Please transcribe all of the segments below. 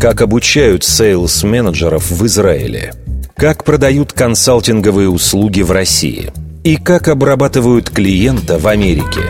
Как обучают сейлс-менеджеров в Израиле? Как продают консалтинговые услуги в России? И как обрабатывают клиента в Америке?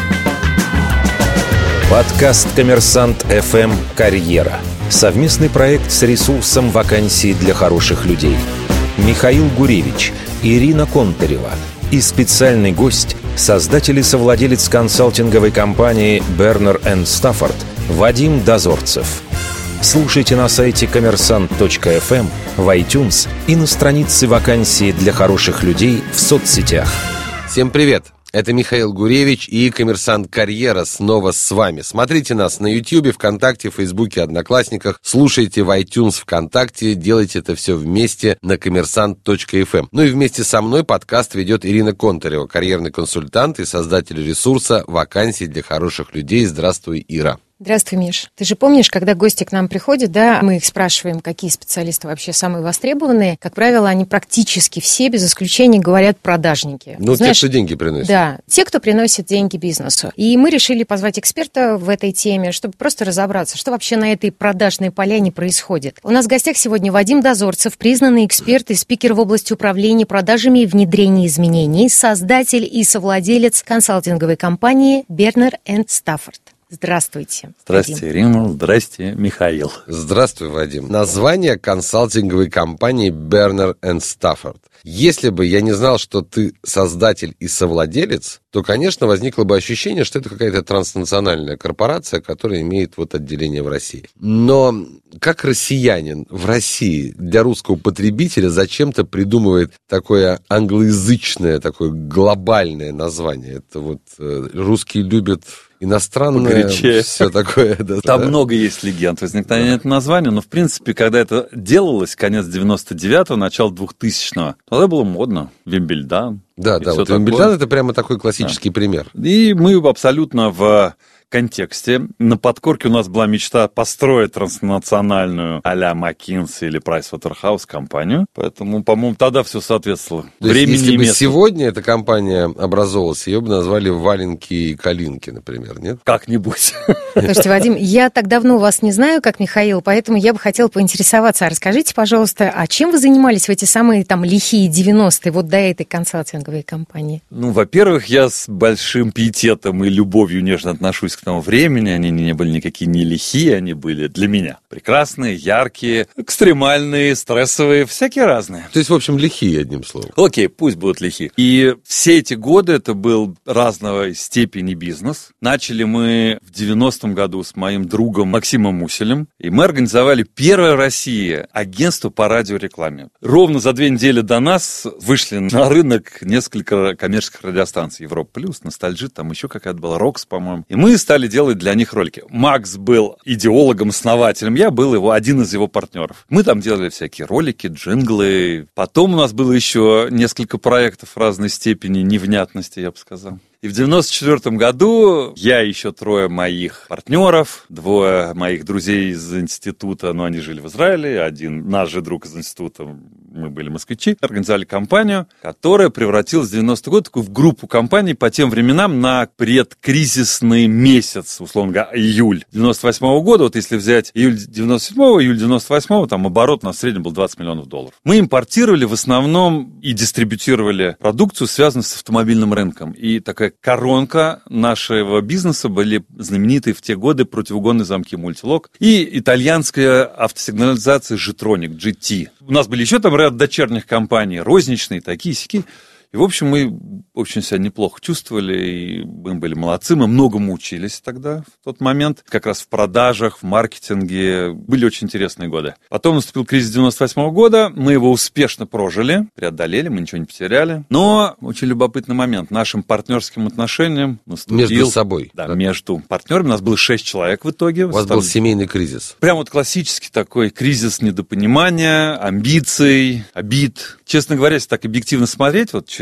Подкаст «Коммерсант ФМ. Карьера». Совместный проект с ресурсом «Вакансии для хороших людей». Михаил Гуревич, Ирина Контарева и специальный гость, создатель и совладелец консалтинговой компании Бернер энд Стаффорд Вадим Дозорцев. Слушайте на сайте коммерсант.фм, в iTunes и на странице «Вакансии для хороших людей» в соцсетях. Всем привет! Это Михаил Гуревич и «Коммерсант. Карьера» снова с вами. Смотрите нас на YouTube, ВКонтакте, Фейсбуке, Одноклассниках. Слушайте в iTunes, ВКонтакте. Делайте это все вместе на коммерсант.фм. Ну и вместе со мной подкаст ведет Ирина Контарева, карьерный консультант и создатель ресурса «Вакансии для хороших людей». Здравствуй, Ира. Здравствуй, Миш. Ты же помнишь, когда гости к нам приходят, да, мы их спрашиваем, какие специалисты вообще самые востребованные. Как правило, они практически все, без исключения, говорят продажники. Ну, знаешь, те, кто деньги приносят. Да, те, кто приносит деньги бизнесу. И мы решили позвать эксперта в этой теме, чтобы просто разобраться, что вообще на этой продажной поляне происходит. У нас в гостях сегодня Вадим Дозорцев, признанный эксперт и спикер в области управления продажами и внедрения изменений, создатель и совладелец консалтинговой компании Бернер энд Стаффорд. Здравствуйте. Здравствуйте, Ирина. Здравствуйте, Михаил. Здравствуй, Вадим. Название консалтинговой компании Бернер энд Стаффорд. Если бы я не знал, что ты создатель и совладелец, то, конечно, возникло бы ощущение, что это какая-то транснациональная корпорация, которая имеет вот отделение в России. Но как россиянин в России для русского потребителя зачем-то придумывает такое англоязычное, такое глобальное название? Это вот русские любят иностранное, погорячее. Все такое. Да, Там да. много есть легенд возникновения этого названия, но, в принципе, когда это делалось, конец 99-го, начало 2000-го, тогда было модно. Вимбельдан. Да, вот Вимбельдан — это прямо такой классический пример. И мы абсолютно в контексте. На подкорке у нас была мечта построить транснациональную а-ля McKinsey или Pricewaterhouse компанию. Поэтому, по-моему, тогда все соответствовало. То есть, если бы сегодня эта компания образовалась, ее бы назвали «Валенки и Калинки», например, нет? Как-нибудь. Слушайте, Вадим, я так давно вас не знаю, как Михаил, поэтому я бы хотела поинтересоваться. Расскажите, пожалуйста, а чем вы занимались в эти самые там лихие 90-е, вот до этой консалтинговой компании? Ну, во-первых, я с большим пиететом и любовью нежно отношусь к тому времени. Они не были никакие не лихие, они были для меня прекрасные, яркие, экстремальные, стрессовые, всякие разные. То есть, в общем, лихие, одним словом. Окей, пусть будут лихие. И все эти годы это был разного степени бизнес. Начали мы в 90-м году с моим другом Максимом Муселем, и мы организовали первое в России агентство по радиорекламе. Ровно за 2 недели до нас вышли на рынок несколько коммерческих радиостанций. Европа Плюс, Ностальджи, там еще какая-то была, Рокс, по-моему. И мы стали делать для них ролики. Макс был идеологом, основателем, я был один из его партнеров. Мы там делали всякие ролики, джинглы. Потом у нас было еще несколько проектов разной степени невнятности, я бы сказал. И в 94 году я и еще 3 моих партнеров, 2 моих друзей из института, но они жили в Израиле, один наш же друг из института, мы были москвичи, организовали компанию, которая превратилась в 90-й год в группу компаний по тем временам на предкризисный месяц, условно говоря, июль 98 года. Вот если взять июль 97-го, июль 98-го, там оборот на среднем был $20 миллионов. Мы импортировали в основном и дистрибьютировали продукцию, связанную с автомобильным рынком. И такая коронка нашего бизнеса были знаменитые в те годы противоугонные замки Multilog и итальянская автосигнализация Jetronic, GT. У нас были еще там ряд дочерних компаний, розничные, такие-сяки. И, в общем, мы очень себя неплохо чувствовали, и мы были молодцы, мы многому учились тогда, в тот момент, как раз в продажах, в маркетинге, были очень интересные годы. Потом наступил кризис 98 года, мы его успешно прожили, преодолели, мы ничего не потеряли, но очень любопытный момент, нашим партнерским отношениям наступил... Между собой. Да, между партнерами, у нас было 6 человек в итоге. У вас был семейный кризис. Прям вот классический такой кризис недопонимания, амбиций, обид. Честно говоря, если так объективно смотреть, вот через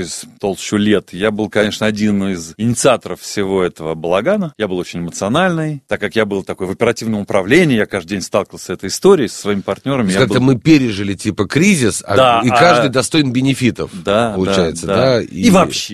через толщу лет, я был, конечно, один из инициаторов всего этого балагана. Я был очень эмоциональный, так как я был такой в оперативном управлении, я каждый день сталкивался с этой историей, со своими партнерами. Как-то мы пережили, типа, кризис, и каждый достоин бенефитов, получается, да? И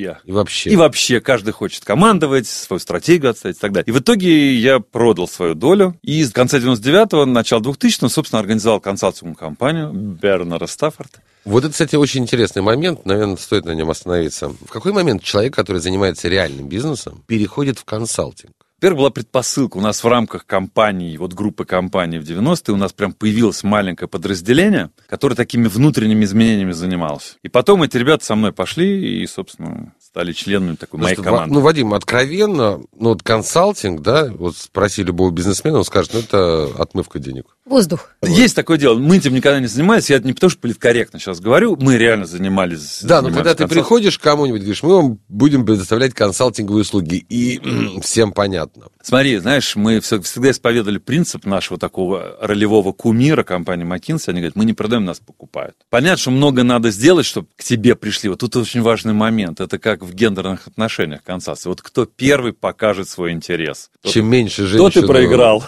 вообще, каждый хочет командовать, свою стратегию отставить и так далее. И в итоге я продал свою долю, и с конца 99-го, начала 2000-го, собственно, организовал консалтинговую компанию Бернер и Стаффорд. Вот это, кстати, очень интересный момент, наверное, стоит на нем остановиться. В какой момент человек, который занимается реальным бизнесом, переходит в консалтинг? Первая была предпосылка. У нас в рамках компании, вот группы компаний в 90-е, у нас прям появилось маленькое подразделение, которое такими внутренними изменениями занималось. И потом эти ребята со мной пошли и, собственно, стали членами такой моей команды. Ну, Вадим, откровенно, ну, вот консалтинг, да, вот спроси любого бизнесмена, он скажет, ну, это отмывка денег. Воздух. Есть такое дело. Мы этим никогда не занимались. Я не потому, что политкорректно сейчас говорю. Мы реально занимались. Да, но когда ты приходишь к кому-нибудь, говоришь, мы вам будем предоставлять консалтинговые услуги. И всем понятно. Смотри, знаешь, мы всегда исповедовали принцип нашего такого ролевого кумира компании McKinsey. Они говорят, мы не продаем, нас покупают. Понятно, что много надо сделать, чтобы к тебе пришли. Вот тут очень важный момент. Это как в гендерных отношениях консалтинга. Вот кто первый покажет свой интерес. Чем меньше женщин... То ты проиграл.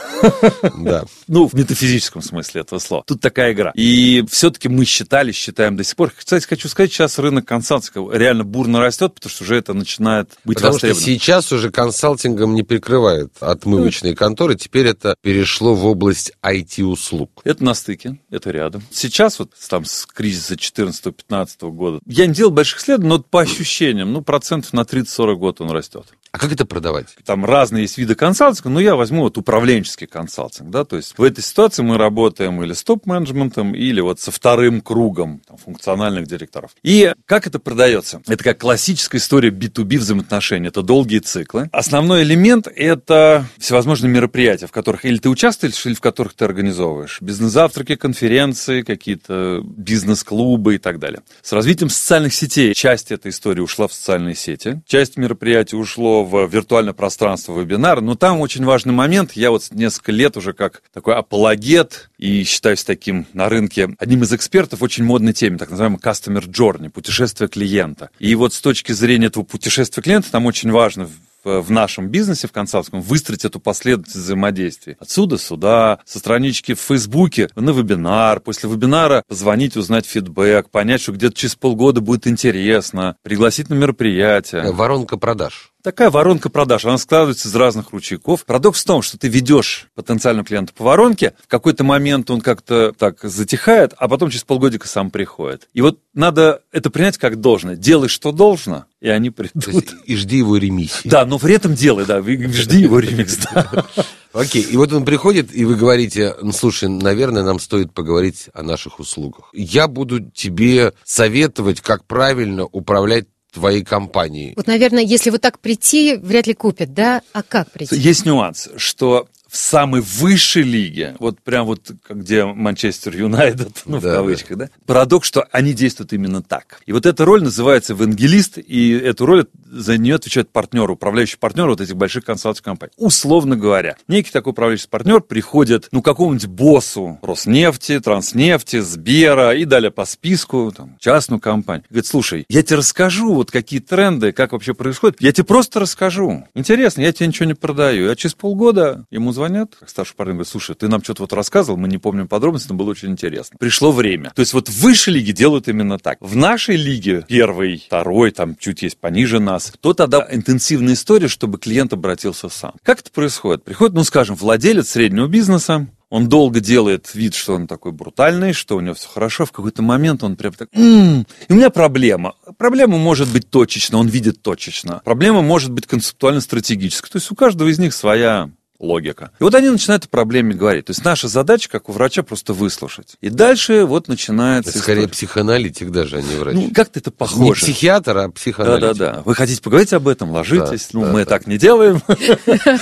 Да. Ну, в метафизическом смысле этого слова. Тут такая игра. И все-таки мы считаем до сих пор. Кстати, хочу сказать, сейчас рынок консалтинга реально бурно растет, потому что уже это начинает быть востребовано. Потому что сейчас уже консалтингом не прикрывают отмывочные конторы, теперь это перешло в область IT-услуг. Это на стыке, это рядом. Сейчас вот там с кризиса 2014-2015 года я не делал больших исследований, но по ощущениям, ну, процентов на 30-40 год он растет. А как это продавать? Там разные есть виды консалтинга, но я возьму вот управленческий консалтинг, да, то есть в этой ситуации мы работаем или с топ-менеджментом, или вот со вторым кругом там, функциональных директоров. И как это продается? Это как классическая история B2B взаимоотношений, это долгие циклы. Основной элемент – это всевозможные мероприятия, в которых или ты участвуешь, или в которых ты организовываешь. Бизнес-завтраки, конференции, какие-то бизнес-клубы и так далее. С развитием социальных сетей часть этой истории ушла в социальные сети, часть мероприятий ушло в виртуальное пространство вебинара, но там очень важный момент. Я вот несколько лет уже как такой апологет и считаюсь таким на рынке одним из экспертов в очень модной теме, так называемой customer journey, путешествие клиента. И вот с точки зрения этого путешествия клиента там очень важно в нашем бизнесе, в консалтинговом, выстроить эту последовательность взаимодействия. Отсюда сюда, со странички в Фейсбуке на вебинар, после вебинара позвонить, узнать фидбэк, понять, что где-то через полгода будет интересно, пригласить на мероприятие. Воронка продаж. Такая воронка продаж, она складывается из разных ручейков. Парадокс в том, что ты ведешь потенциального клиента по воронке, в какой-то момент он как-то так затихает, а потом через полгодика сам приходит. И вот надо это принять как должное. Делай, что должно, и они придут. То есть, и жди его ремиссии. Да, но при этом делай, да, жди его ремикс, да. Окей, и вот он приходит, и вы говорите, ну, слушай, наверное, нам стоит поговорить о наших услугах. Я буду тебе советовать, как правильно управлять твоей компании. Вот, наверное, если вот так прийти, вряд ли купят, да? А как прийти? Есть нюанс, что в самой высшей лиге, вот прям вот где Манчестер Юнайтед, ну, в кавычках, да, парадокс, что они действуют именно так. И вот эта роль называется евангелист, и эту роль за нее отвечает партнер, управляющий партнер вот этих больших консалтинговых компаний. Условно говоря, некий такой управляющий партнер приходит, ну, к какому-нибудь боссу Роснефти, Транснефти, Сбера и далее по списку, там, частную компанию. Говорит, слушай, я тебе расскажу, вот какие тренды, как вообще происходит. Я тебе просто расскажу. Интересно, я тебе ничего не продаю. А через полгода ему звонят, как старший парень говорит, слушай, ты нам что-то вот рассказывал, мы не помним подробности, но было очень интересно. Пришло время. То есть вот в высшей лиге делают именно так. В нашей лиге, первый, второй, там чуть есть пониже нас, то тогда интенсивная история, чтобы клиент обратился сам. Как это происходит? Приходит, ну, скажем, владелец среднего бизнеса, он долго делает вид, что он такой брутальный, что у него все хорошо. В какой-то момент он прям так... И у меня проблема. Проблема может быть точечно, он видит точечно. Проблема может быть концептуально-стратегическая. То есть у каждого из них своя логика. И вот они начинают о проблеме говорить. То есть наша задача, как у врача, просто выслушать. И дальше вот начинается... Это скорее психоаналитик даже, а не врач. Ну, как-то это похоже. Не психиатр, а психоаналитик. Да-да-да. Вы хотите поговорить об этом? Ложитесь. Да, мы так не делаем.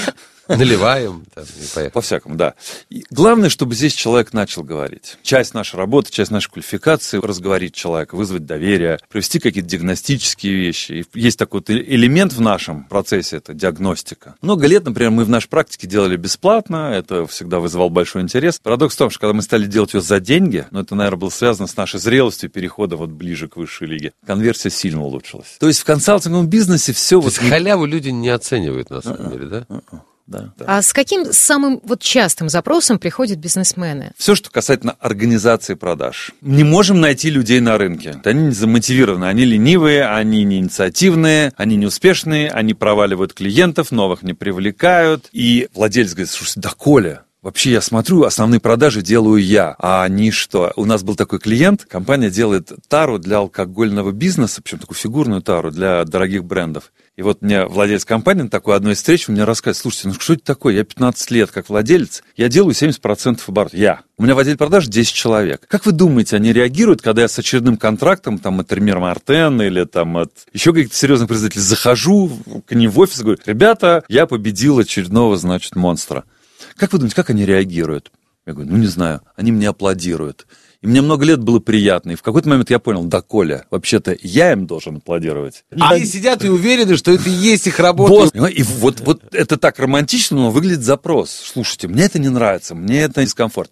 Наливаем, там, и поехали. По-всякому, да. И главное, чтобы здесь человек начал говорить. Часть нашей работы, часть нашей квалификации — разговорить человека, вызвать доверие, провести какие-то диагностические вещи. И есть такой вот элемент в нашем процессе — это диагностика. Много лет, например, мы в нашей практике делали бесплатно, это всегда вызывало большой интерес. Парадокс в том, что когда мы стали делать ее за деньги, но это, наверное, было связано с нашей зрелостью перехода вот ближе к высшей лиге, конверсия сильно улучшилась. То есть в консалтинговом бизнесе все... То есть халяву люди не оценивают, на самом деле, да? Да. А с каким самым вот частым запросом приходят бизнесмены? Все, что касательно организации продаж. Не можем найти людей на рынке. Они не замотивированы, они ленивые, они не инициативные, они неуспешные, они проваливают клиентов, новых не привлекают. И владелец говорит: слушайте, да Коля, вообще я смотрю, основные продажи делаю я, а они что? У нас был такой клиент, компания делает тару для алкогольного бизнеса, причем такую фигурную тару для дорогих брендов. И вот мне владелец компании на такой одной встрече мне рассказывает: слушайте, ну что это такое? Я 15 лет как владелец, я делаю 70% оборотов. У меня в отделе продаж 10 человек. Как вы думаете, они реагируют, когда я с очередным контрактом, там, от Ремер Мартен или там от еще каких-то серьезных производителей захожу к ним в офис и говорю: ребята, я победил очередного, значит, монстра. Как вы думаете, как они реагируют? Я говорю: ну не знаю, они мне аплодируют. И мне много лет было приятно. И в какой-то момент я понял: да, Коля, вообще-то я им должен аплодировать. А они сидят и уверены, что это и есть их работа. И вот это так романтично, но выглядит запрос. Слушайте, мне это не нравится, мне это дискомфортно.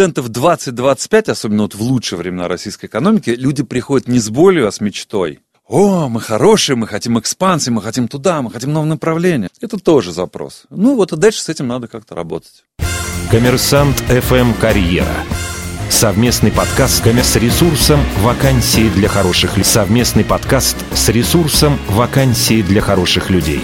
20-25%, особенно вот в лучшие времена российской экономики, люди приходят не с болью, а с мечтой. О, мы хорошие, мы хотим экспансии, мы хотим туда, мы хотим новое направление. Это тоже запрос. Ну вот, и дальше с этим надо как-то работать. Коммерсант ФМ «Карьера». Совместный подкаст с ресурсом «Вакансии для хороших людей». Совместный подкаст с ресурсом «Вакансии для хороших людей».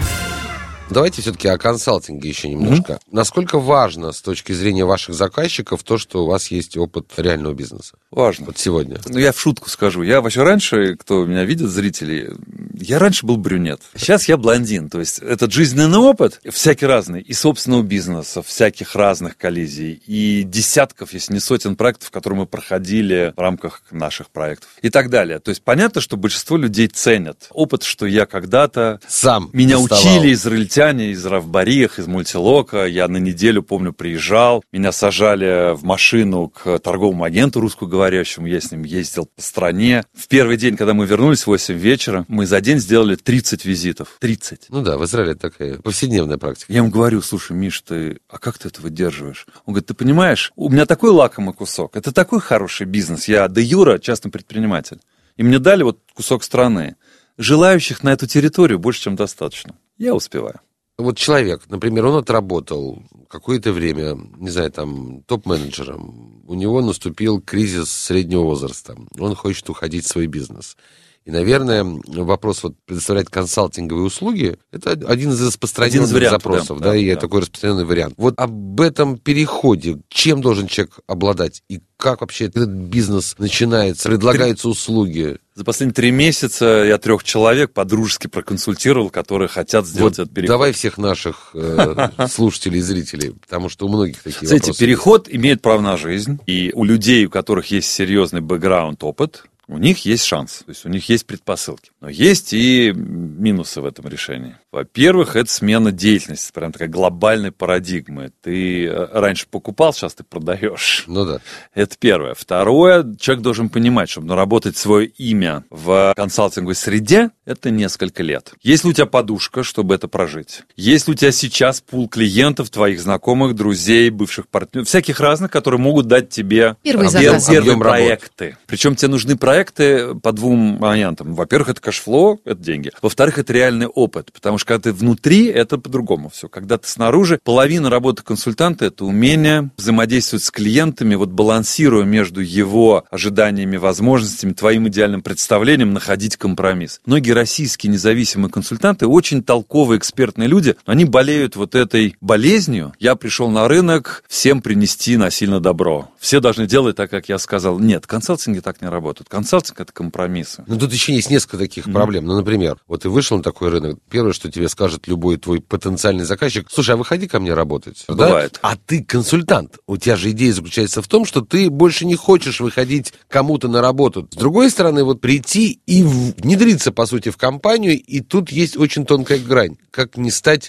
Давайте все-таки о консалтинге еще немножко. Насколько важно с точки зрения ваших заказчиков то, что у вас есть опыт реального бизнеса? Важно. Вот сегодня. Ну, я в шутку скажу. Я вообще раньше, кто меня видит, зрители, я раньше был брюнет. Сейчас я блондин. То есть этот жизненный опыт, всякий разный, и собственного бизнеса, всяких разных коллизий, и десятков, если не сотен проектов, которые мы проходили в рамках наших проектов и так далее. То есть понятно, что большинство людей ценят опыт, что я когда-то... Сам меня доставал. учили израильтяне из Равбариях, из Мультилока. Я на неделю, помню, приезжал. Меня сажали в машину к торговому агенту русскоговорящему. Я с ним ездил по стране. В первый день, когда мы вернулись в 8 вечера, мы за день сделали 30 визитов. 30. Ну да, в Израиле это такая повседневная практика. Я ему говорю: слушай, Миш, а как ты это выдерживаешь? Он говорит: ты понимаешь, у меня такой лакомый кусок. Это такой хороший бизнес. Я де юра частный предприниматель. И мне дали вот кусок страны. Желающих на эту территорию больше, чем достаточно. Я успеваю. Вот человек, например, он отработал какое-то время, не знаю, там, топ-менеджером. У него наступил кризис среднего возраста. Он хочет уходить в свой бизнес. И, наверное, вопрос вот предоставлять консалтинговые услуги — это один из распространенных запросов, да, и такой распространенный вариант. Вот об этом переходе, чем должен человек обладать, и как вообще этот бизнес начинается, предлагаются услуги? За последние 3 месяца я 3 человек подружески проконсультировал, которые хотят сделать этот переход. Давай всех наших слушателей и зрителей, потому что у многих такие вопросы. Знаете, переход имеет право на жизнь, и у людей, у которых есть серьезный бэкграунд, опыт, у них есть шанс, то есть у них есть предпосылки. Но есть и минусы в этом решении. Во-первых, это смена деятельности, прям такая глобальная парадигма. Ты раньше покупал, сейчас ты продаешь. Ну да. Это первое. Второе, человек должен понимать, чтобы наработать свое имя в консалтинговой среде, это несколько лет. Есть ли у тебя подушка, чтобы это прожить? Есть ли у тебя сейчас пул клиентов, твоих знакомых, друзей, бывших партнеров, всяких разных, которые могут дать тебе первые проекты. Причем тебе нужны проекты по 2 вариантам. Во-первых, это кэшфлоу, это деньги. Во-вторых, это реальный опыт, потому что когда ты внутри, это по-другому все. Когда ты снаружи, половина работы консультанта — это умение взаимодействовать с клиентами, вот балансируя между его ожиданиями, возможностями, твоим идеальным представлением, находить компромисс. Многие российские независимые консультанты очень толковые, экспертные люди, но они болеют вот этой болезнью. Я пришел на рынок, всем принести насильно добро. Все должны делать так, как я сказал. Нет, консалтинги так не работают. Консалтинг — это компромиссы. Ну, тут еще есть несколько таких проблем. Ну, например, вот ты вышел на такой рынок, первое, что тебе скажет любой твой потенциальный заказчик: слушай, а выходи ко мне работать. Бывает. Да? А ты консультант. У тебя же идея заключается в том, что ты больше не хочешь выходить кому-то на работу. С другой стороны, вот прийти и внедриться, по сути, в компанию, и тут есть очень тонкая грань. Как не стать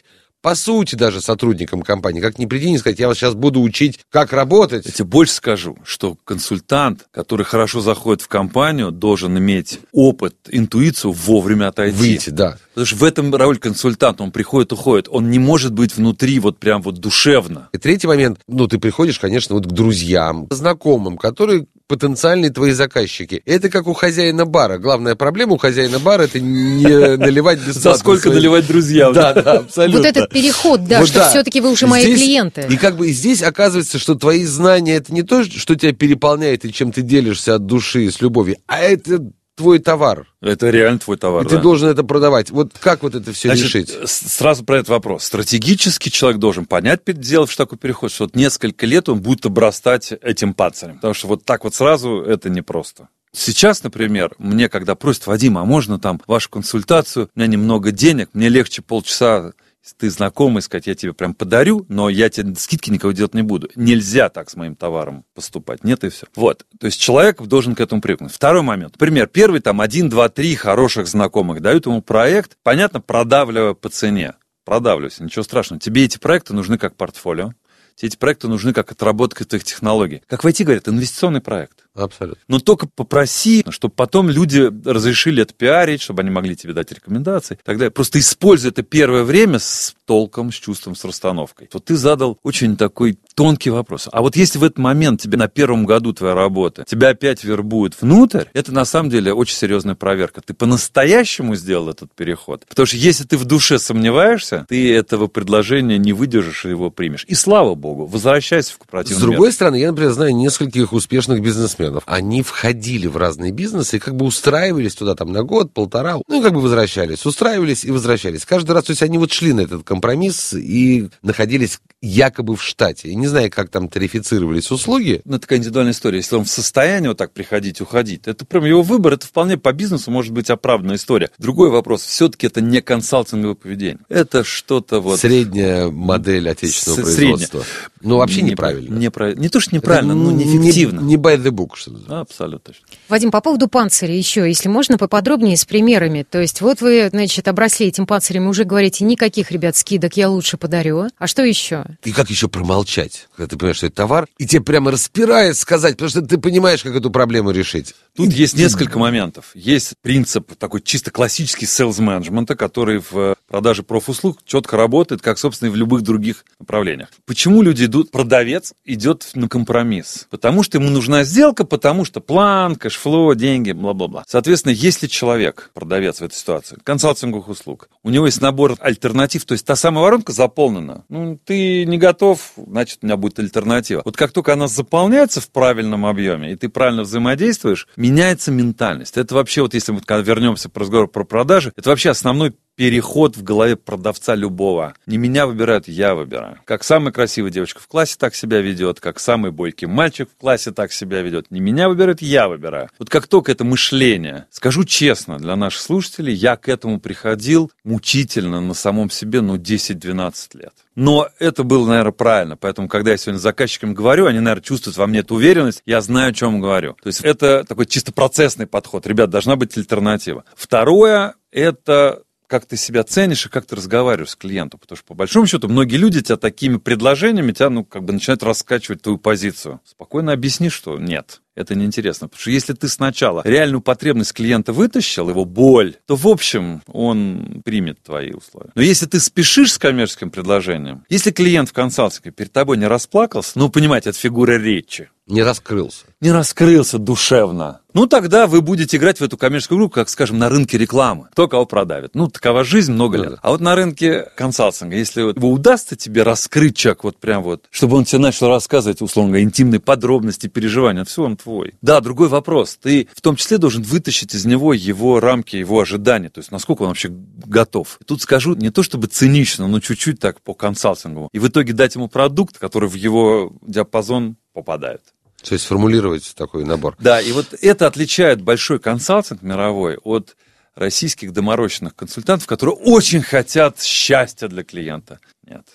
по сути, даже сотрудником компании. Как ни приди, не сказать, я вас сейчас буду учить, как работать. Я тебе больше скажу, что консультант, который хорошо заходит в компанию, должен иметь опыт, интуицию вовремя отойти. Выйти, да. Потому что в этом роль консультанта, он приходит, уходит. Он не может быть внутри вот прям вот душевно. И третий момент, ты приходишь, конечно, вот к друзьям, знакомым, которые потенциальные твои заказчики. Это как у хозяина бара. Главная проблема у хозяина бара — это не наливать бесплатно. За сколько наливать друзьям. Да, абсолютно. Вот этот переход, да, что все-таки вы уже мои клиенты. И здесь оказывается, что твои знания — это не то, что тебя переполняет и чем ты делишься от души, с любовью, а это твой товар. Это реально твой товар, и ты должен это продавать. Вот как вот это все решить? Сразу про этот вопрос. Стратегически человек должен понять, сделав такой переход, что вот несколько лет он будет обрастать этим панцирем. Потому что вот так вот сразу это непросто. Сейчас, например, мне когда просят: Вадим, а можно там вашу консультацию, у меня немного денег, мне легче полчаса, если ты знакомый, сказать, я тебе прям подарю, но я тебе скидки никого делать не буду. Нельзя так с моим товаром поступать. Нет, и все. Вот. То есть человек должен к этому привыкнуть. Второй момент. Например, первый 1, 2, 3 хороших знакомых дают ему проект, понятно, продавливая по цене. Продавливайся, ничего страшного. Тебе эти проекты нужны как портфолио. Тебе эти проекты нужны как отработка твоих технологий. Как в IT говорят, инвестиционный проект. Абсолютно. Но только попроси, чтобы потом люди разрешили это пиарить, чтобы они могли тебе дать рекомендации и так далее. Просто используй это первое время с толком, с чувством, с расстановкой. Вот ты задал очень такой тонкий вопрос. А вот если в этот момент тебе на первом году твоей работы тебя опять вербуют внутрь, это на самом деле очень серьезная проверка. Ты по-настоящему сделал этот переход? Потому что если ты в душе сомневаешься, ты этого предложения не выдержишь и его примешь. И слава богу, возвращайся в корпоративный мир. С другой стороны, я, например, знаю нескольких успешных бизнесменов. Они входили в разные бизнесы и устраивались туда на год, полтора, возвращались, устраивались и возвращались. Каждый раз, то есть они шли на этот компромисс и находились якобы в штате. И не знаю, как там тарифицировались услуги. Это такая индивидуальная история. Если он в состоянии вот так приходить, уходить, это прям его выбор, это вполне по бизнесу может быть оправданная история. Другой вопрос, все-таки это не консалтинговое поведение. Это что-то вот... Средняя модель отечественного производства. Вообще неправильно. Не то, что неправильно, но неэффективно. Не by the book, что называется. Абсолютно точно. Вадим, по поводу панциря еще, если можно, поподробнее с примерами. То есть вот вы, обросли этим панцирем, уже говорите, никаких, ребят, скидок, я лучше подарю. А что еще? И как еще промолчать, когда ты понимаешь, что это товар, и тебе прямо распирает сказать, потому что ты понимаешь, как эту проблему решить. Тут есть несколько моментов. Есть принцип такой чисто классический селс-менеджмента, который в продаже профуслуг четко работает, как, собственно, и в любых других направлениях. Почему люди идут? Продавец идет на компромисс. Потому что ему нужна сделка, потому что план, кэшфлоу, деньги, бла-бла-бла. Соответственно, если человек, продавец в этой ситуации, консалтинговых услуг, у него есть набор альтернатив, то есть та самая воронка заполнена, ты не готов, значит, у меня будет альтернатива. Вот как только она заполняется в правильном объеме, и ты правильно взаимодействуешь, меняется ментальность. Это вообще, вот если мы вернемся к разговору про продажи, это вообще основной переход в голове продавца любого. Не меня выбирают, я выбираю. Как самая красивая девочка в классе так себя ведет, как самый бойкий мальчик в классе так себя ведет. Не меня выбирают, я выбираю. Вот как только это мышление, скажу честно, для наших слушателей, я к этому приходил мучительно на самом себе, 10-12 лет. Но это было, наверное, правильно. Поэтому, когда я сегодня с заказчиками говорю, они, наверное, чувствуют во мне эту уверенность, я знаю, о чем говорю. То есть это такой чисто процессный подход. Ребят, должна быть альтернатива. Второе, это как ты себя ценишь и как ты разговариваешь с клиентом. Потому что, по большому счету, многие люди тебя такими предложениями начинают раскачивать твою позицию. Спокойно объясни, что нет, это неинтересно. Потому что если ты сначала реальную потребность клиента вытащил, его боль, то, в общем, он примет твои условия. Но если ты спешишь с коммерческим предложением, если клиент в консалтинге перед тобой не расплакался, понимаете, это фигура речи. Не раскрылся. Не раскрылся душевно. Тогда вы будете играть в эту коммерческую группу, как, скажем, на рынке рекламы. Кто кого продавит. Такова жизнь много лет. А вот на рынке консалтинга, если его удастся тебе раскрыть человек чтобы он тебе начал рассказывать, условно говоря, интимные подробности, переживания, все, он твой. Да, другой вопрос. Ты в том числе должен вытащить из него его рамки, его ожидания. То есть, насколько он вообще готов. Тут скажу не то чтобы цинично, но чуть-чуть так по консалтингу. И в итоге дать ему продукт, который в его диапазон попадает. То есть сформулировать такой набор. Да, и вот это отличает большой консалтинг мировой от российских доморощенных консультантов, которые очень хотят счастья для клиента. Нет.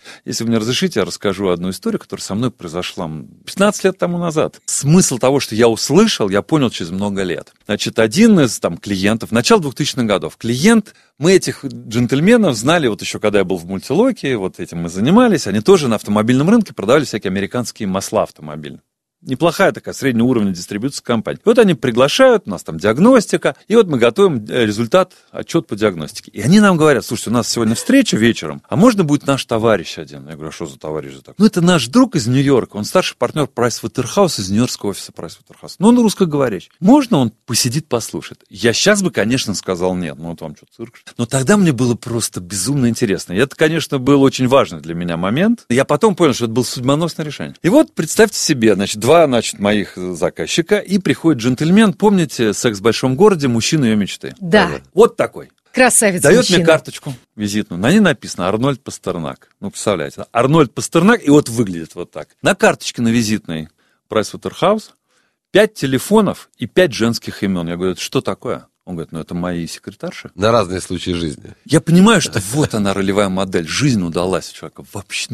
Если вы мне разрешите, я расскажу одну историю, которая со мной произошла 15 лет тому назад. Смысл того, что я услышал, я понял через много лет. Значит, один из клиентов, начало 2000-х годов, мы этих джентльменов знали, вот еще когда я был в Мультилоке, вот этим мы занимались, они тоже на автомобильном рынке продавали всякие американские масла автомобильные. Неплохая такая среднего уровня дистрибьюция компания. И вот они приглашают, у нас там диагностика, и вот мы готовим результат, отчет по диагностике. И они нам говорят: слушайте, у нас сегодня встреча вечером, а можно будет наш товарищ один? Я говорю: а что за товарищ же такой? Это наш друг из Нью-Йорка, он старший партнер Pricewaterhouse, из нью-йоркского офиса Pricewaterhouse. Он русскоговорящий. Можно он посидит, послушает? Я сейчас бы, конечно, сказал нет, вот вам что, цирк? Но тогда мне было просто безумно интересно. И это, конечно, был очень важный для меня момент. Я потом понял, что это было судьбоносное решение. И вот представьте себе, два моих заказчика, и приходит джентльмен, помните «Секс в большом городе», мужчина ее мечты? Да. Вот такой. Красавец дает мужчина. мне карточку визитную, на ней написано Арнольд Пастернак. Представляете, Арнольд Пастернак, и вот выглядит вот так. На карточке на визитной Pricewaterhouse 5 телефонов и 5 женских имен. Я говорю: это что такое? Он говорит: это мои секретарши. На разные случаи жизни. Я понимаю, что вот она, ролевая модель. Жизнь удалась у человека. Вообще,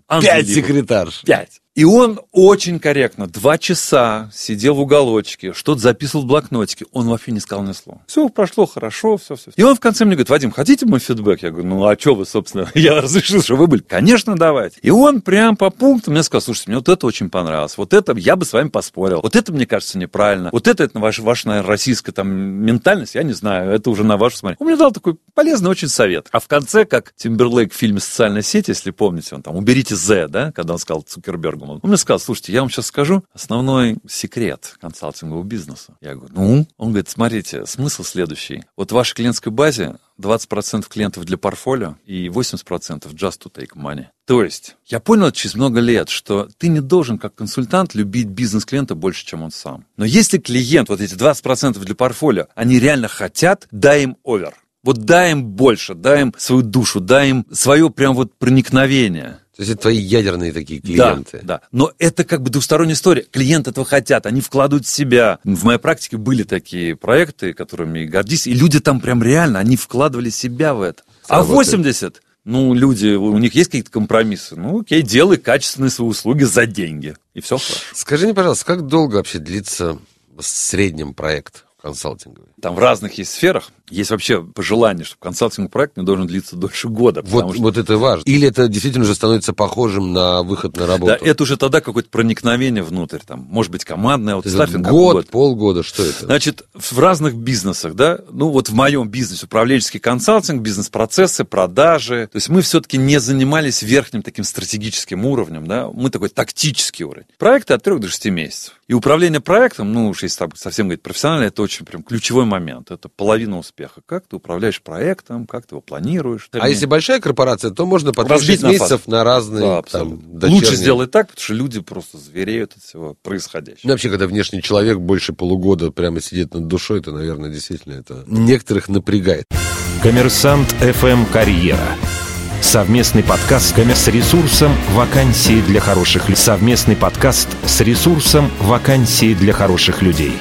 5 секретарш. 5. И он очень корректно 2 часа сидел в уголочке, что-то записывал в блокнотике. Он вообще не сказал ни слова. Все прошло хорошо, все. И он в конце мне говорит: Вадим, хотите мой фидбэк? Я говорю: а что вы, собственно? Я разрешил, что вы были. Конечно, давайте. И он прям по пунктам мне сказал: слушайте, мне вот это очень понравилось. Вот это я бы с вами поспорил. Вот это, мне кажется, неправильно. Вот это ваша, наверное, российская ментальность, я не знаю. Это уже на вашу смотреть. Он мне дал такой полезный очень совет. А в конце, как Тимберлейк в фильме «Социальная сеть», если помните, он там «Уберите Z», да, когда он сказал Цукербергу. Он мне сказал: слушайте, я вам сейчас скажу основной секрет консалтингового бизнеса. Я говорю: Он говорит: смотрите, смысл следующий. Вот в вашей клиентской базе 20% клиентов для портфолио и 80% just to take money. То есть я понял через много лет, что ты не должен как консультант любить бизнес клиента больше, чем он сам. Но если клиент, вот эти 20% для портфолио, они реально хотят, дай им овер. Вот дай им больше, дай им свою душу, дай им свое прям вот проникновение. То есть это твои ядерные такие клиенты. Да. Но это как бы двусторонняя история. Клиенты этого хотят, они вкладывают в себя. В моей практике были такие проекты, которыми гордись, и люди там прям реально, они вкладывали себя в это. А 80, люди, у них есть какие-то компромиссы. Окей, делай качественные свои услуги за деньги. И все хорошо. Скажи мне, пожалуйста, как долго вообще длится в среднем проект консалтинговый? Там в разных есть сферах. Есть вообще пожелание, чтобы консалтинговый проект не должен длиться дольше года. Вот это важно. Или это действительно уже становится похожим на выход на работу? Да, это уже тогда какое-то проникновение внутрь. Там, может быть, командное, аутстаффинг. Год, полгода, что это? Значит, в разных бизнесах, да, вот в моем бизнесе управленческий консалтинг, бизнес-процессы, продажи. То есть мы все-таки не занимались верхним таким стратегическим уровнем, да, мы такой тактический уровень. Проекты от 3 до 6 месяцев. И управление проектом, уж если совсем говорить профессионально, это очень прям ключевой момент. Это половина успеха. Как ты управляешь проектом, как ты его планируешь. А если большая корпорация, то можно по 6 месяцев на разные дочерние. Лучше сделать так, потому что люди просто звереют от всего происходящего. Вообще, когда внешний человек больше полугода прямо сидит над душой, то, наверное, действительно это некоторых напрягает. Коммерсант ФМ «Карьера». Совместный подкаст с ресурсом «Вакансии для хороших людей». Совместный подкаст с ресурсом «Вакансии для хороших людей».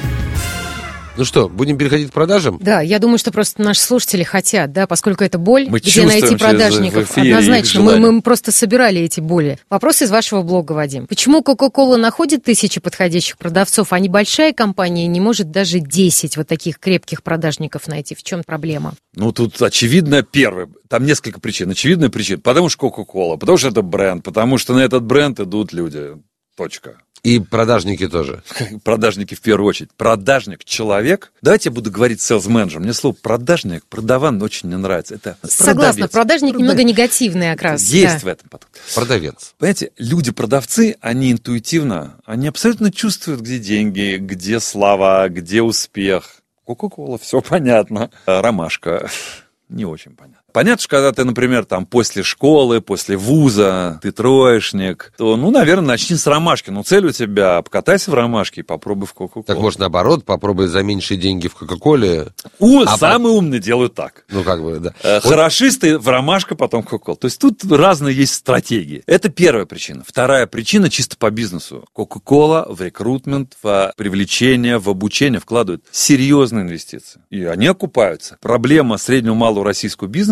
Ну что, будем переходить к продажам? Да, я думаю, что просто наши слушатели хотят, да, поскольку это боль, мы где найти продажников. Однозначно, мы просто собирали эти боли. Вопрос из вашего блога, Вадим. Почему Coca-Cola находит 1000 подходящих продавцов, а небольшая компания не может даже 10 вот таких крепких продажников найти? В чем проблема? Тут очевидно первое. Там несколько причин. Очевидная причина. Потому что Coca-Cola, потому что это бренд, потому что на этот бренд идут люди. Точка. И продажники тоже. Продажники в первую очередь. Продажник, человек. Давайте я буду говорить селс-менеджер. Мне слово продажник, продаван очень не нравится. Это согласна, продажник немного негативный окрас. Есть в этом потом. Продавец. Понимаете, люди-продавцы, они интуитивно, они абсолютно чувствуют, где деньги, где слава, где успех. Кока-кола, все понятно. Ромашка, не очень понятно. Понятно, что когда ты, например, там после школы, после вуза, ты троечник, то, наверное, начни с ромашки. Цель у тебя, покатайся в ромашке и попробуй в Кока-Колу. Так, может, наоборот, попробуй за меньшие деньги в Кока-Коле. Самые умные делают так. Да. Хорошисты в ромашка, потом Кока-Кола. То есть тут разные есть стратегии. Это первая причина. Вторая причина чисто по бизнесу. Кока-Кола в рекрутмент, в привлечение, в обучение вкладывают серьезные инвестиции. И они окупаются. Проблема среднего малого российского бизнеса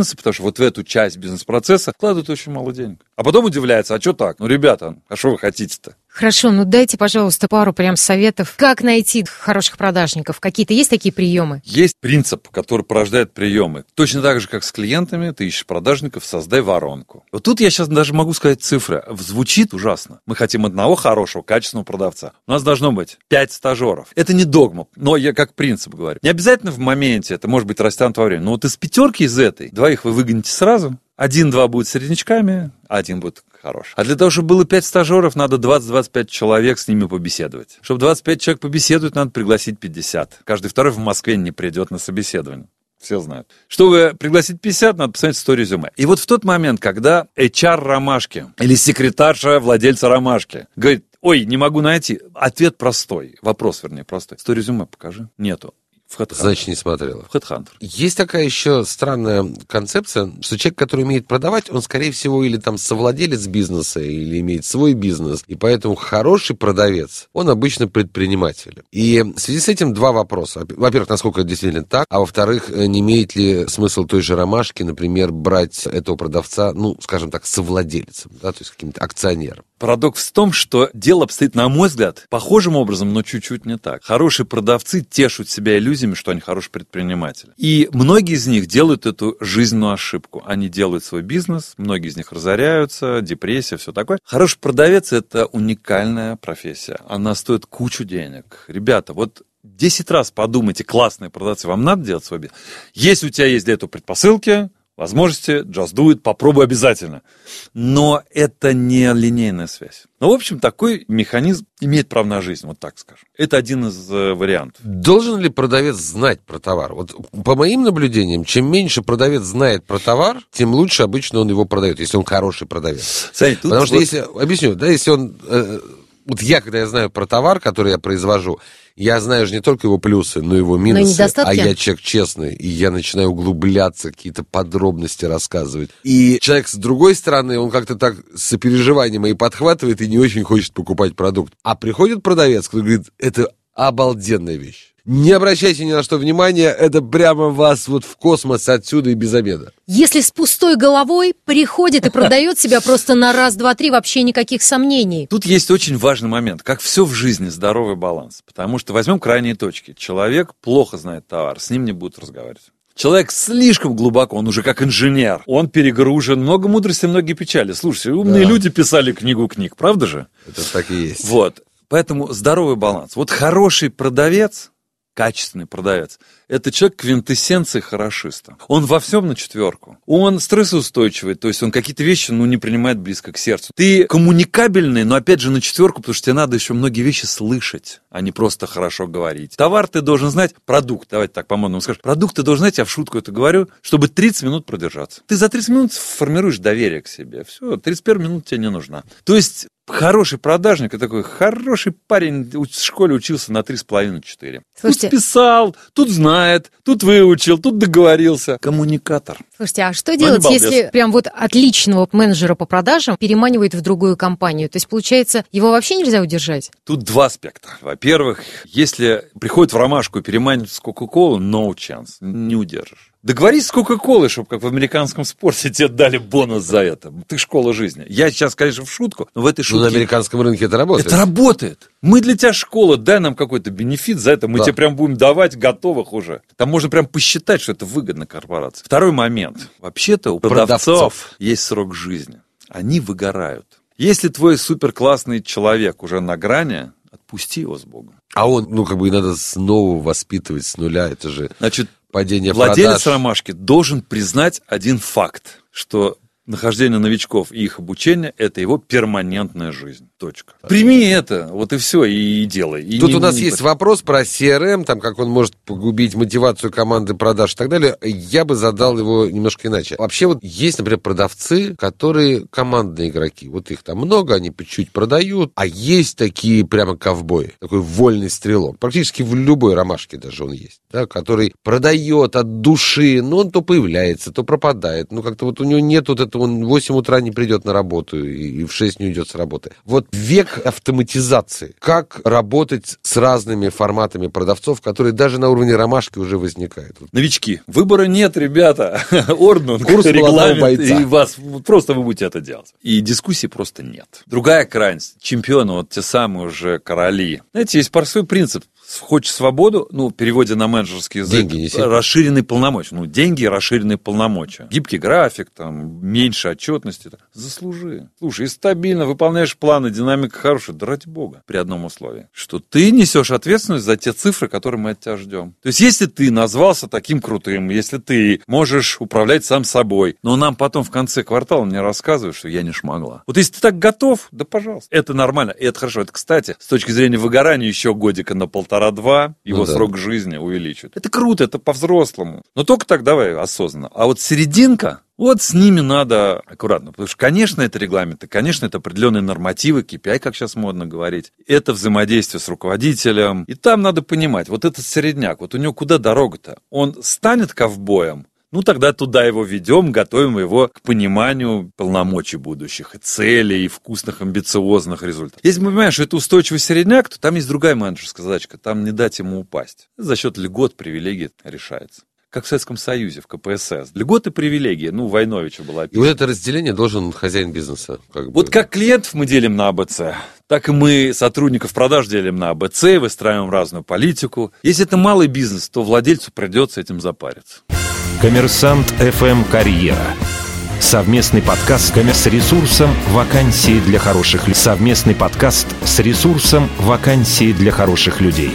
бизнеса, потому что вот в эту часть бизнес-процесса вкладывают очень мало денег. А потом удивляются, а что так? Ну, ребята, а что вы хотите-то? Хорошо, ну дайте, пожалуйста, пару прям советов, как найти хороших продажников. Какие-то есть такие приемы? Есть принцип, который порождает приемы. Точно так же, как с клиентами, ты ищешь продажников, создай воронку. Вот тут я сейчас даже могу сказать цифры. Звучит ужасно. Мы хотим одного хорошего, качественного продавца. У нас должно быть 5 стажеров. Это не догма, но я как принцип говорю. Не обязательно в моменте, это может быть растянут во время. Но вот из 5 из этой, 2 вы выгоните сразу, 1-2 будут среднячками, 1 будет хороший. А для того, чтобы было 5 стажеров, надо 20-25 человек с ними побеседовать. Чтобы 25 человек побеседовать, надо пригласить 50. Каждый второй в Москве не придет на собеседование. Все знают. Чтобы пригласить 50, надо посмотреть 100 резюме. И вот в тот момент, когда HR Ромашки или секретарша владельца Ромашки говорит, ой, не могу найти, ответ простой. Вопрос, вернее, простой. 100 резюме покажи. Нету. Значит, не смотрела. В HeadHunter. Есть такая еще странная концепция, что человек, который умеет продавать, он, скорее всего, или там совладелец бизнеса, или имеет свой бизнес, и поэтому хороший продавец, он обычно предприниматель. И в связи с этим 2 вопроса. Во-первых, насколько это действительно так, а во-вторых, не имеет ли смысл той же Ромашки, например, брать этого продавца, ну, скажем так, совладельцем, да, то есть каким-то акционером. Парадокс в том, что дело обстоит, на мой взгляд, похожим образом, но чуть-чуть не так. Хорошие продавцы тешут себя иллюзиями, что они хорошие предприниматели. И многие из них делают эту жизненную ошибку. Они делают свой бизнес, многие из них разоряются, депрессия, все такое. Хороший продавец – это уникальная профессия. Она стоит кучу денег. Ребята, вот 10 раз подумайте, классные продавцы, вам надо делать свой бизнес? Если у тебя есть для этого предпосылки, возможности, just do it, попробуй обязательно. Но это не линейная связь. Ну, в общем, такой механизм имеет право на жизнь, вот так скажем. Это один из вариантов. Должен ли продавец знать про товар? Вот по моим наблюдениям, чем меньше продавец знает про товар, тем лучше обычно он его продает, если он хороший продавец. Потому что если, объясню, да, если он... Вот я, когда я знаю про товар, который я произвожу, я знаю же не только его плюсы, но и его минусы. А я человек честный, и я начинаю углубляться, какие-то подробности рассказывать. И человек с другой стороны, он как-то так с сопереживанием и подхватывает, и не очень хочет покупать продукт. А приходит продавец, который говорит, это обалденная вещь. Не обращайте ни на что внимания, это прямо вас вот в космос отсюда и без обеда. Если с пустой головой приходит и продает себя просто на раз, два, три, вообще никаких сомнений. Тут есть очень важный момент, как все в жизни, здоровый баланс. Потому что возьмем крайние точки. Человек плохо знает товар, с ним не будут разговаривать. Человек слишком глубоко, он уже как инженер, он перегружен, много мудрости, многие печали. Слушайте, умные люди писали книгу книг, правда же? Это так и есть. Вот, поэтому здоровый баланс. Вот хороший продавец, качественный продавец, это человек квинтэссенции хорошиста. Он во всем на 4. Он стрессоустойчивый, то есть он какие-то вещи, не принимает близко к сердцу. Ты коммуникабельный, но опять же на 4, потому что тебе надо еще многие вещи слышать, а не просто хорошо говорить. Товар ты должен знать, продукт, давайте так по-модному скажем, продукт ты должен знать, я в шутку это говорю, чтобы 30 минут продержаться. Ты за 30 минут формируешь доверие к себе. Все, 31 минут тебе не нужна. То есть хороший продажник, это такой хороший парень, в школе учился на 3,5-4. Слушайте, тут списал, тут знает, тут выучил, тут договорился. Коммуникатор. Слушайте, а что делать, если прям вот отличного менеджера по продажам переманивает в другую компанию? То есть, получается, его вообще нельзя удержать? Тут 2 аспекта. Во-первых, если приходит в Ромашку и переманивает с Кока-Колу, no chance, не удержишь. Договорись с Кока-Колой, чтобы как в американском спорте тебе дали бонус за это. Ты школа жизни. Я сейчас, конечно, в шутку, но в этой шутке... Но на американском рынке это работает. Это работает. Мы для тебя школа, дай нам какой-то бенефит за это, мы тебе прям будем давать готовых уже. Там можно прям посчитать, что это выгодно корпорации. Второй момент. Вообще-то у продавцов есть срок жизни. Они выгорают. Если твой суперклассный человек уже на грани, отпусти его с Богом. А он, и надо снова воспитывать с нуля, это же... Значит, падение владелец продаж. Ромашки должен признать один факт, что нахождение новичков и их обучение – это его перманентная жизнь. Точка. Прими это, вот и все, и делай. И тут у нас есть вопрос про CRM, там, как он может погубить мотивацию команды продаж и так далее. Я бы задал его немножко иначе. Вообще вот есть, например, продавцы, которые командные игроки. Вот их там много, они по чуть продают. А есть такие прямо ковбои, такой вольный стрелок. Практически в любой Ромашке даже он есть. Да, который продает от души, но он то появляется, то пропадает. Как-то вот у него нет вот этого, он в 8 утра не придет на работу и в 6 не уйдет с работы. Вот век автоматизации. Как работать с разными форматами продавцов, которые даже на уровне ромашки уже возникают? Новички. Выбора нет, ребята. Орднунг, курс молодого бойца. И вас просто вы будете это делать. И дискуссий просто нет. Другая крайность. Чемпионы, вот те самые уже короли. Знаете, есть простой принцип. Хочешь свободу, в переводе на менеджерский язык, расширенные полномочия. Деньги и расширенные полномочия. Гибкий график, меньше отчетности. Заслужи. Слушай, и стабильно выполняешь планы, динамика хорошая. Да ради бога. При одном условии. Что ты несешь ответственность за те цифры, которые мы от тебя ждем. То есть, если ты назвался таким крутым, если ты можешь управлять сам собой, но нам потом в конце квартала не рассказывают, что я не шмогла. Вот если ты так готов, да пожалуйста. Это нормально, и это хорошо. Это, кстати, с точки зрения выгорания еще годика на 1,5-2 его срок жизни увеличивает. Это круто, это по-взрослому. Но только так давай осознанно. А вот серединка, вот с ними надо аккуратно. Потому что, конечно, это регламенты, конечно, это определенные нормативы, KPI, как сейчас модно говорить. Это взаимодействие с руководителем. И там надо понимать, вот этот середняк, вот у него куда дорога-то? Он станет ковбоем? Тогда туда его ведем, готовим его к пониманию полномочий будущих, и целей, и вкусных, амбициозных результатов. Если мы понимаем, что это устойчивый середняк, то там есть другая менеджерская задачка, там не дать ему упасть. За счет льгот, привилегий решается. Как в Советском Союзе, в КПСС. Льготы, привилегии. Войновича была. И вот это разделение должен хозяин бизнеса. Вот как клиентов мы делим на АБЦ, так и мы сотрудников продаж делим на АБЦ, выстраиваем разную политику. Если это малый бизнес, то владельцу придется этим запариться. Коммерсант ФМ «Карьера». Совместный подкаст с ресурсом «Вакансии для хороших людей». Совместный подкаст с ресурсом «Вакансии для хороших людей».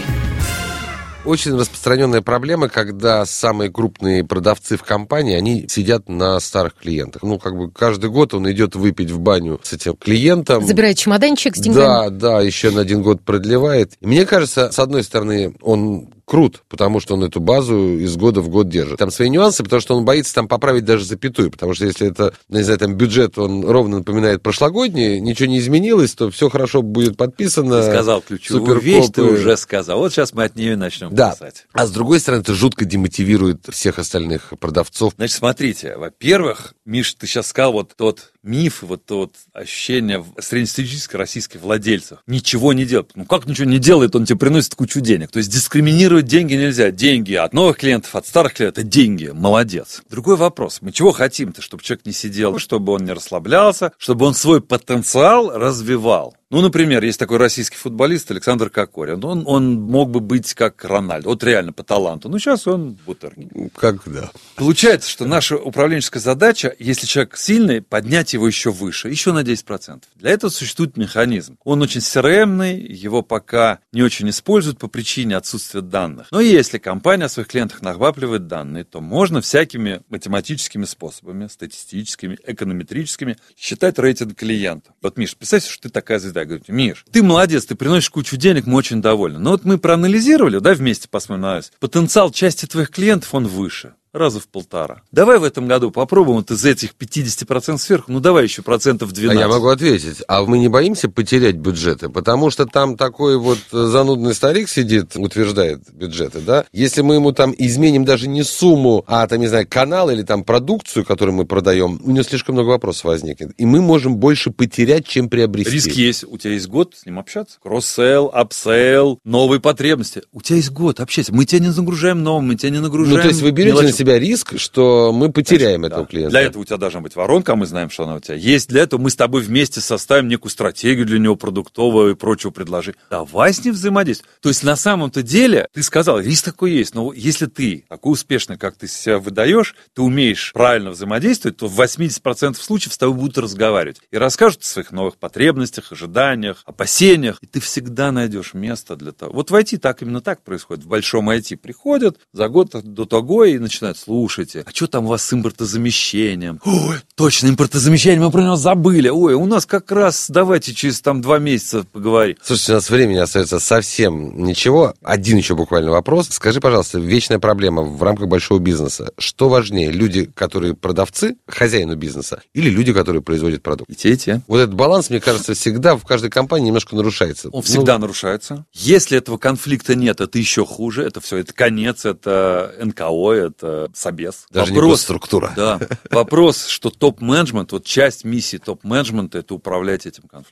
Очень распространенная проблема, когда самые крупные продавцы в компании, они сидят на старых клиентах. Каждый год он идет выпить в баню с этим клиентом. Забирает чемоданчик с деньгами. Да, еще на 1 год продлевает. И мне кажется, с одной стороны, он крут, потому что он эту базу из года в год держит. Там свои нюансы, потому что он боится там поправить даже запятую, потому что если это, бюджет, он ровно напоминает прошлогодний, ничего не изменилось, то все хорошо будет подписано. Ты сказал ключевую вещь, ты уже сказал. Вот сейчас мы от нее начнем писать. А с другой стороны, это жутко демотивирует всех остальных продавцов. Значит, смотрите, во-первых, Миш, ты сейчас сказал вот тот миф, вот то ощущение среднестатистических российских владельцев. Ничего не делает. Как ничего не делает, он тебе приносит кучу денег. То есть дискриминировать деньги нельзя. Деньги от новых клиентов, от старых клиентов, это деньги. Молодец. Другой вопрос. Мы чего хотим-то? Чтобы человек не сидел, чтобы он не расслаблялся, чтобы он свой потенциал развивал. Например, есть такой российский футболист Александр Кокорин. Он мог бы быть как Рональдо. Вот реально по таланту. Сейчас он бутырки. Да. Получается, что наша управленческая задача, если человек сильный, поднять его еще выше, еще на 10%. Для этого существует механизм. Он очень CRM-ный, его пока не очень используют по причине отсутствия данных. Но если компания о своих клиентах накапливает данные, то можно всякими математическими способами, статистическими, эконометрическими считать рейтинг клиента. Вот, Миш, представь, что ты такая звезда. Говорю, Миш, ты молодец, ты приносишь кучу денег, мы очень довольны. Но вот мы проанализировали, вместе посмотрим на это. Потенциал части твоих клиентов, он выше. Раза в 1,5. Давай в этом году попробуем вот из этих 50% сверху, давай еще 12%. А я могу ответить, а мы не боимся потерять бюджеты? Потому что там такой вот занудный старик сидит, утверждает бюджеты, да? Если мы ему там изменим даже не сумму, а канал или продукцию, которую мы продаем, у него слишком много вопросов возникнет. И мы можем больше потерять, чем приобрести. Риск есть. У тебя есть год с ним общаться. Кросс-селл, апселл, новые потребности. У тебя есть год, общайся. Мы тебя не нагружаем новым, мы тебя не нагружаем. То есть вы берете на себя риск, что мы потеряем этого клиента. Для этого у тебя должна быть воронка, а мы знаем, что она у тебя есть. Для этого мы с тобой вместе составим некую стратегию для него продуктового и прочего предложения. Давай с ним взаимодействуй. То есть на самом-то деле, ты сказал, риск такой есть, но если ты такой успешный, как ты себя выдаешь, ты умеешь правильно взаимодействовать, то в 80% случаев с тобой будут разговаривать. И расскажут о своих новых потребностях, ожиданиях, опасениях. И ты всегда найдешь место для того. Вот в IT именно так происходит. В большом IT приходят за год до того и начинают: слушайте, а что там у вас с импортозамещением? Ой, точно, импортозамещение, мы про него забыли. Ой, у нас как раз, давайте через 2 месяца поговорим. Слушайте, у нас времени остается совсем ничего. Один еще буквально вопрос. Скажи, пожалуйста, вечная проблема в рамках большого бизнеса. Что важнее, люди, которые продавцы, хозяину бизнеса, или люди, которые производят продукт? И те, и те. Вот этот баланс, мне кажется, всегда в каждой компании немножко нарушается. Он всегда нарушается. Если этого конфликта нет, это еще хуже. Это все, это конец, это НКО, это собес. Даже не госструктура. Да. Вопрос, что топ-менеджмент, вот часть миссии топ-менеджмента — это управлять этим конфликтом.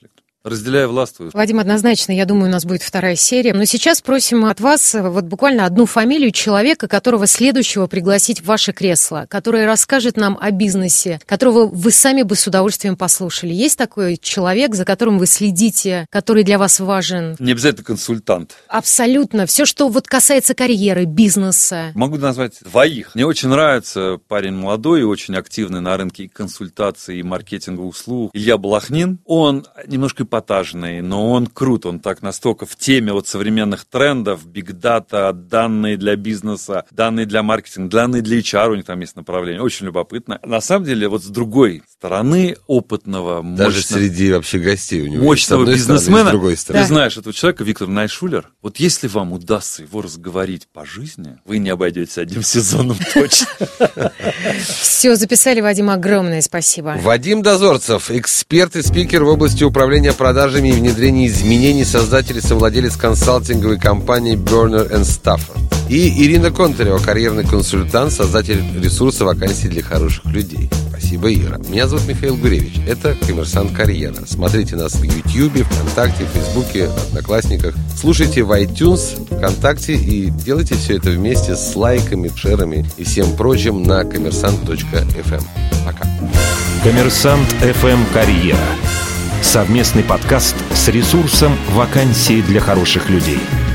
Разделяю, властвую. Вадим, однозначно, я думаю, у нас будет вторая серия. Но сейчас просим от вас вот буквально одну фамилию человека, которого следующего пригласить в ваше кресло, который расскажет нам о бизнесе, которого вы сами бы с удовольствием послушали. Есть такой человек, за которым вы следите, который для вас важен? Не обязательно консультант. Абсолютно. Все, что вот касается карьеры, бизнеса. Могу назвать двоих. Мне очень нравится парень молодой и очень активный на рынке и консультаций, и маркетинга услуг. Илья Балахнин. Он немножко эпатажный, но он крут. Он так настолько в теме вот современных трендов, бигдата, данные для бизнеса, данные для маркетинга, данные для HR, у них там есть направление. Очень любопытно. На самом деле, вот с другой стороны, опытного, даже среди вообще гостей у него мощного бизнесмена, с другой стороны. Ты знаешь этого человека, Виктор Найшулер. Вот если вам удастся его разговорить по жизни, вы не обойдетесь одним сезоном точно. Все, записали, Вадим, огромное спасибо. Вадим Дозорцев, эксперт и спикер в области управления продажами и внедрения изменений, создатель и совладелец консалтинговой компании Berner & Stafford. И Ирина Контарева, карьерный консультант, создатель ресурса вакансий для хороших людей. Спасибо, Ира. Меня зовут Михаил Гуревич. Это «Коммерсант Карьера». Смотрите нас в YouTube, ВКонтакте, Фейсбуке, Одноклассниках. Слушайте в iTunes, ВКонтакте и делайте все это вместе с лайками, шерами и всем прочим на коммерсант.fm. Пока. «Коммерсант ФМ Карьера». Совместный подкаст с ресурсом «Вакансии для хороших людей».